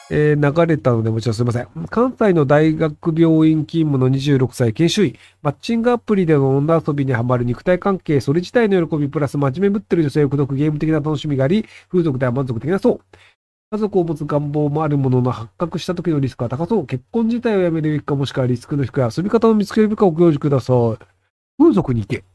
流れたので、もちろんすみません。関西の大学病院勤務の26歳研修医。マッチングアプリでの女遊びにはまる肉体関係、それ自体の喜び、プラス真面目ぶってる女性を口説くゲーム的な楽しみがあり、風俗では満足的なそう。家族を持つ願望もあるものの発覚した時のリスクは高そう。結婚自体をやめるべきかもしくはリスクの低い遊び方を見つけるべきかお教示ください。風俗に行け。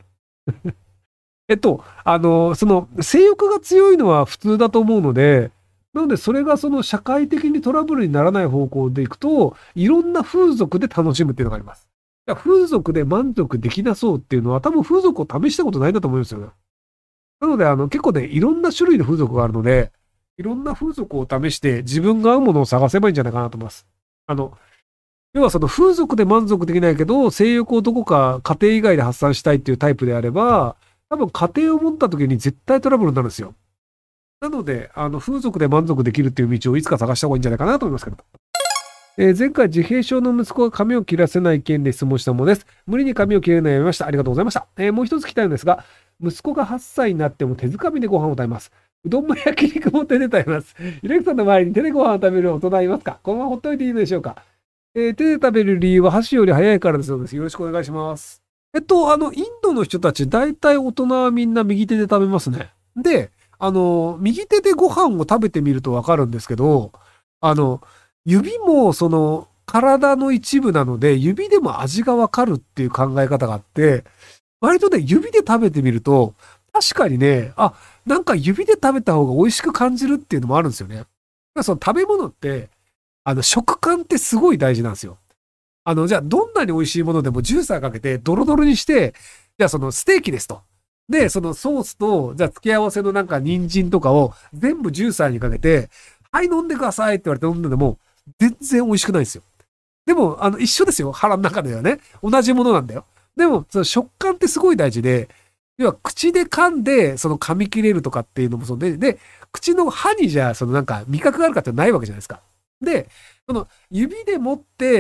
その性欲が強いのは普通だと思うので、なのでそれがその社会的にトラブルにならない方向でいくと、いろんな風俗で楽しむっていうのがあります。いや風俗で満足できなそうっていうのは多分風俗を試したことないんだと思うんですよね。なので結構ね、いろんな種類の風俗があるので、いろんな風俗を試して自分が合うものを探せばいいんじゃないかなと思います。要はその風俗で満足できないけど、性欲をどこか家庭以外で発散したいっていうタイプであれば、多分家庭を持った時に絶対トラブルになるんですよ。なので、風俗で満足できるっていう道をいつか探した方がいいんじゃないかなと思いますけど。前回自閉症の息子が髪を切らせない件で質問したものです。無理に髪を切れるのをやめました。ありがとうございました。もう一つ聞きたいんですが、息子が8歳になっても手づかみでご飯を食べます。うどんも焼肉も手で食べます。ひろゆきさんの周りに手でご飯を食べる大人はいますか？このままほっといていいのでしょうか？手で食べる理由は箸より早いからだそうです。よろしくお願いします。インドの人たち、大体大人はみんな右手で食べますね。で、右手でご飯を食べてみるとわかるんですけど、指もその体の一部なので、指でも味がわかるっていう考え方があって、割とね、指で食べてみると、確かにね、なんか指で食べた方が美味しく感じるっていうのもあるんですよね。その食べ物って、食感ってすごい大事なんですよ。じゃあ、どんなに美味しいものでもジューサーかけて、ドロドロにして、じゃあ、そのステーキですと。で、そのソースと、じゃあ、付け合わせのなんか人参とかを全部ジューサーにかけて、はい、飲んでくださいって言われて飲んでも、全然美味しくないんですよ。でも、一緒ですよ。腹の中ではね。同じものなんだよ。でも、その食感ってすごい大事で、要は口で噛んで、その噛み切れるとかっていうのもそうで、口の歯にじゃあ、そのなんか味覚があるかってないわけじゃないですか。で、その指で持って、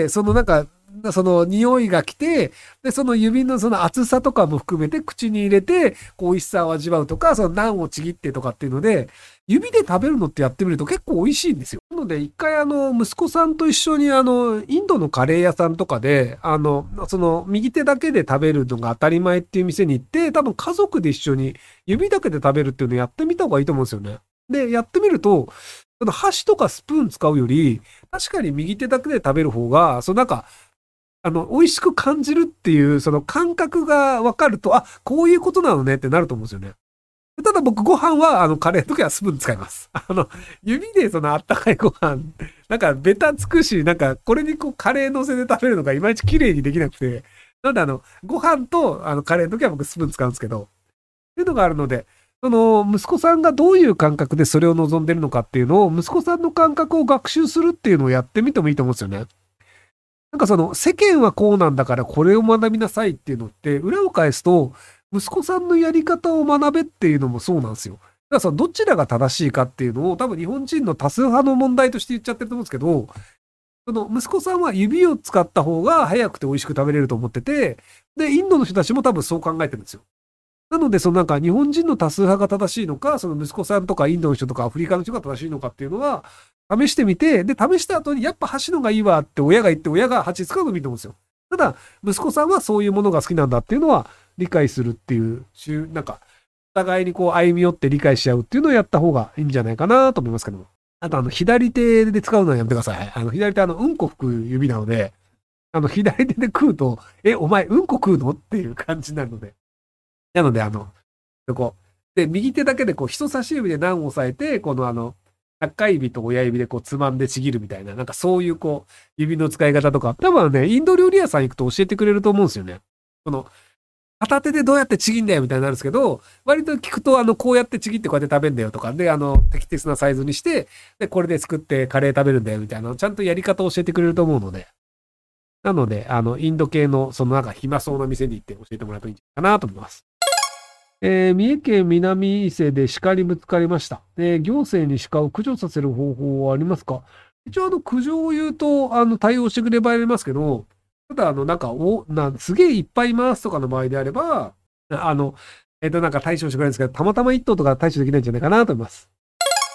そのなんか、その匂いが来て、で、その指のその厚さとかも含めて口に入れて、こう美味しさを味わうとか、そのナンをちぎってとかっていうので、指で食べるのってやってみると結構美味しいんですよ。なので、一回息子さんと一緒にインドのカレー屋さんとかで、その右手だけで食べるのが当たり前っていう店に行って、多分家族で一緒に指だけで食べるっていうのをやってみた方がいいと思うんですよね。で、やってみると、その箸とかスプーン使うより、確かに右手だけで食べる方が、そのなんか、美味しく感じるっていう、その感覚が分かると、こういうことなのねってなると思うんですよね。ただ僕ご飯は、カレーの時はスプーン使います。指でそのあったかいご飯、なんかベタつくし、なんかこれにこうカレー乗せて食べるのがいまいち綺麗にできなくて、なんでご飯とカレーの時は僕スプーン使うんですけど、っていうのがあるので、その息子さんがどういう感覚でそれを望んでるのかっていうのを、息子さんの感覚を学習するっていうのをやってみてもいいと思うんですよね。なんかその世間はこうなんだからこれを学びなさいっていうのって裏を返すと息子さんのやり方を学べっていうのもそうなんですよ。だからそのどちらが正しいかっていうのを多分日本人の多数派の問題として言っちゃってると思うんですけど、その息子さんは指を使った方が早くて美味しく食べれると思ってて、で、インドの人たちも多分そう考えてるんですよ。なので、そのなんか日本人の多数派が正しいのか、その息子さんとかインドの人とかアフリカの人が正しいのかっていうのは、試してみて、で、試した後にやっぱ箸のがいいわって親が言って親が箸使うのもいいと思うんですよ。ただ、息子さんはそういうものが好きなんだっていうのは理解するっていう、なんか、お互いにこう歩み寄って理解し合うっていうのをやった方がいいんじゃないかなと思いますけども。あと左手で使うのはやめてください。左手うんこ吹く指なので、左手で食うと、お前うんこ食うのっていう感じになるので。なので、こう。で、右手だけでこう、人差し指でナンを押さえて、この中指と親指でこう、つまんでちぎるみたいな、なんかそういうこう、指の使い方とか、多分ね、インド料理屋さん行くと教えてくれると思うんですよね。この、片手でどうやってちぎんだよみたいになるんですけど、割と聞くと、こうやってちぎってこうやって食べんだよとか、で、適切なサイズにして、で、これで作ってカレー食べるんだよみたいな、ちゃんとやり方を教えてくれると思うので、なので、インド系の、そのなんか暇そうな店に行って教えてもらうといいんじゃないかなと思います。三重県南伊勢で鹿にぶつかりました。行政に鹿を駆除させる方法はありますか？一応駆除を言うと、対応してくればやりますけど、ただ、なんか、すげえいっぱいいますとかの場合であれば、なんか対処してくれるんですけど、たまたま一頭とか対処できないんじゃないかなと思います。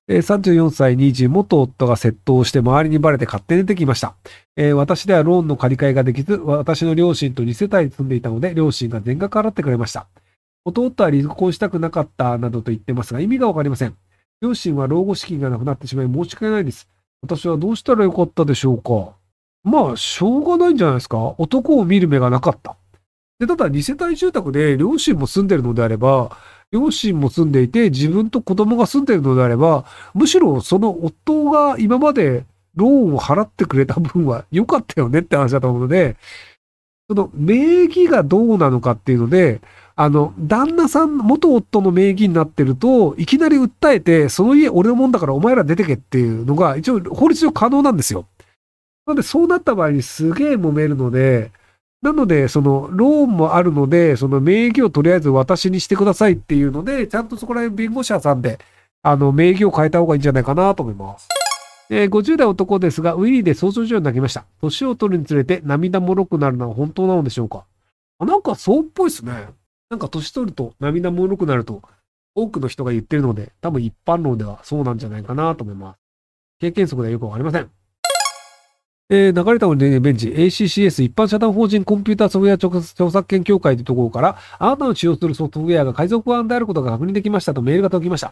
34歳に児、元夫が窃盗をして周りにバレて勝手に出てきました。私ではローンの借り換えができず、私の両親と2世帯に住んでいたので、両親が全額払ってくれました。弟は離婚したくなかったなどと言ってますが、意味がわかりません。両親は老後資金がなくなってしまい申し訳ないです。私はどうしたらよかったでしょうか。まあ、しょうがないんじゃないですか。男を見る目がなかった。で、ただ2世帯住宅で両親も住んでるのであれば、両親も住んでいて自分と子供が住んでるのであれば、むしろその夫が今までローンを払ってくれた分は良かったよねって話だと思うので、その名義がどうなのかっていうので、旦那さん、元夫の名義になってると、いきなり訴えて、その家俺のもんだからお前ら出てけっていうのが一応法律上可能なんですよ。なのでそうなった場合にすげえ揉めるので、なので、その、ローンもあるので、その名義をとりあえず私にしてくださいっていうので、ちゃんとそこら辺弁護士さんで、名義を変えた方がいいんじゃないかなと思います。50代男ですが、ウィリーで早朝上に泣きました。年を取るにつれて涙もろくなるのは本当なのでしょうか。なんかそうっぽいですね。なんか年取ると涙もろくなると、多くの人が言ってるので、多分一般論ではそうなんじゃないかなと思います。経験則ではよくわかりません。流れたのでベンチ、ACCS 一般社団法人コンピュータソフトウェア著作権協会というところから、あなたの使用するソフトウェアが海賊版であることが確認できましたとメールが届きました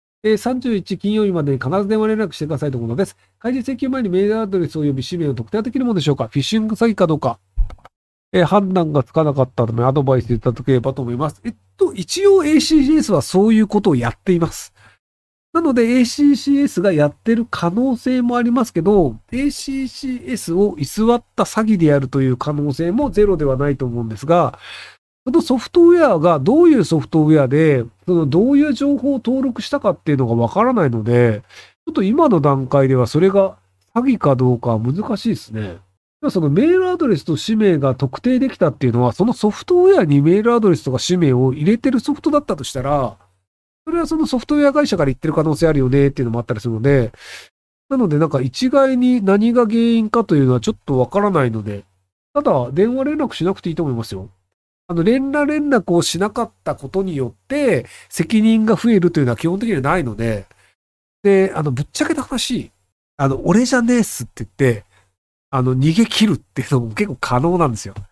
。31金曜日までに必ず電話連絡してくださいということです。開示請求前にメールアドレス及び氏名を特定できるものでしょうか。フィッシング詐欺かどうか。判断がつかなかったためアドバイスいただければと思います。一応 ACCS はそういうことをやっています。なので ACCS がやってる可能性もありますけど、ACCS を居座った詐欺でやるという可能性もゼロではないと思うんですが、そのソフトウェアがどういうソフトウェアで、どういう情報を登録したかっていうのがわからないので、ちょっと今の段階ではそれが詐欺かどうかは難しいですね。そのメールアドレスと氏名が特定できたっていうのは、そのソフトウェアにメールアドレスとか氏名を入れてるソフトだったとしたら、それはそのソフトウェア会社から言ってる可能性あるよねっていうのもあったりするので、なのでなんか一概に何が原因かというのはちょっとわからないので、ただ電話連絡しなくていいと思いますよ。連絡をしなかったことによって責任が増えるというのは基本的にはないので、で、ぶっちゃけた話、俺じゃねえっすって言って、逃げ切るっていうのも結構可能なんですよ。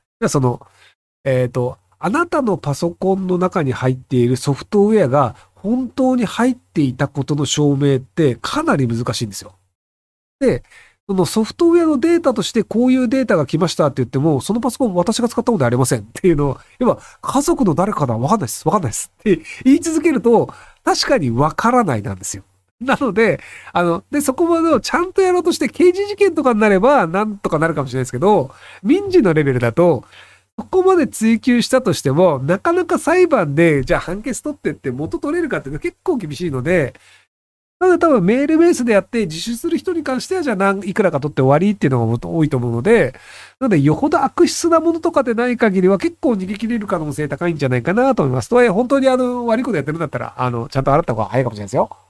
あなたのパソコンの中に入っているソフトウェアが本当に入っていたことの証明ってかなり難しいんですよ。で、そのソフトウェアのデータとしてこういうデータが来ましたって言っても、そのパソコン私が使ったことありませんっていうのを、要は家族の誰かだわかんないです。わかんないですって言い続けると、確かにわからないなんですよ。なので、そこまでをちゃんとやろうとして刑事事件とかになればなんとかなるかもしれないですけど、民事のレベルだと、そこまで追求したとしても、なかなか裁判で、じゃあ判決取ってって元取れるかっていうのは結構厳しいので、ただ多分メールベースでやって自首する人に関してはじゃあいくらか取って終わりっていうのが多いと思うので、なのでよほど悪質なものとかでない限りは結構逃げ切れる可能性高いんじゃないかなと思います。とはいえ本当に悪いことやってるんだったら、ちゃんと払った方が早いかもしれないですよ。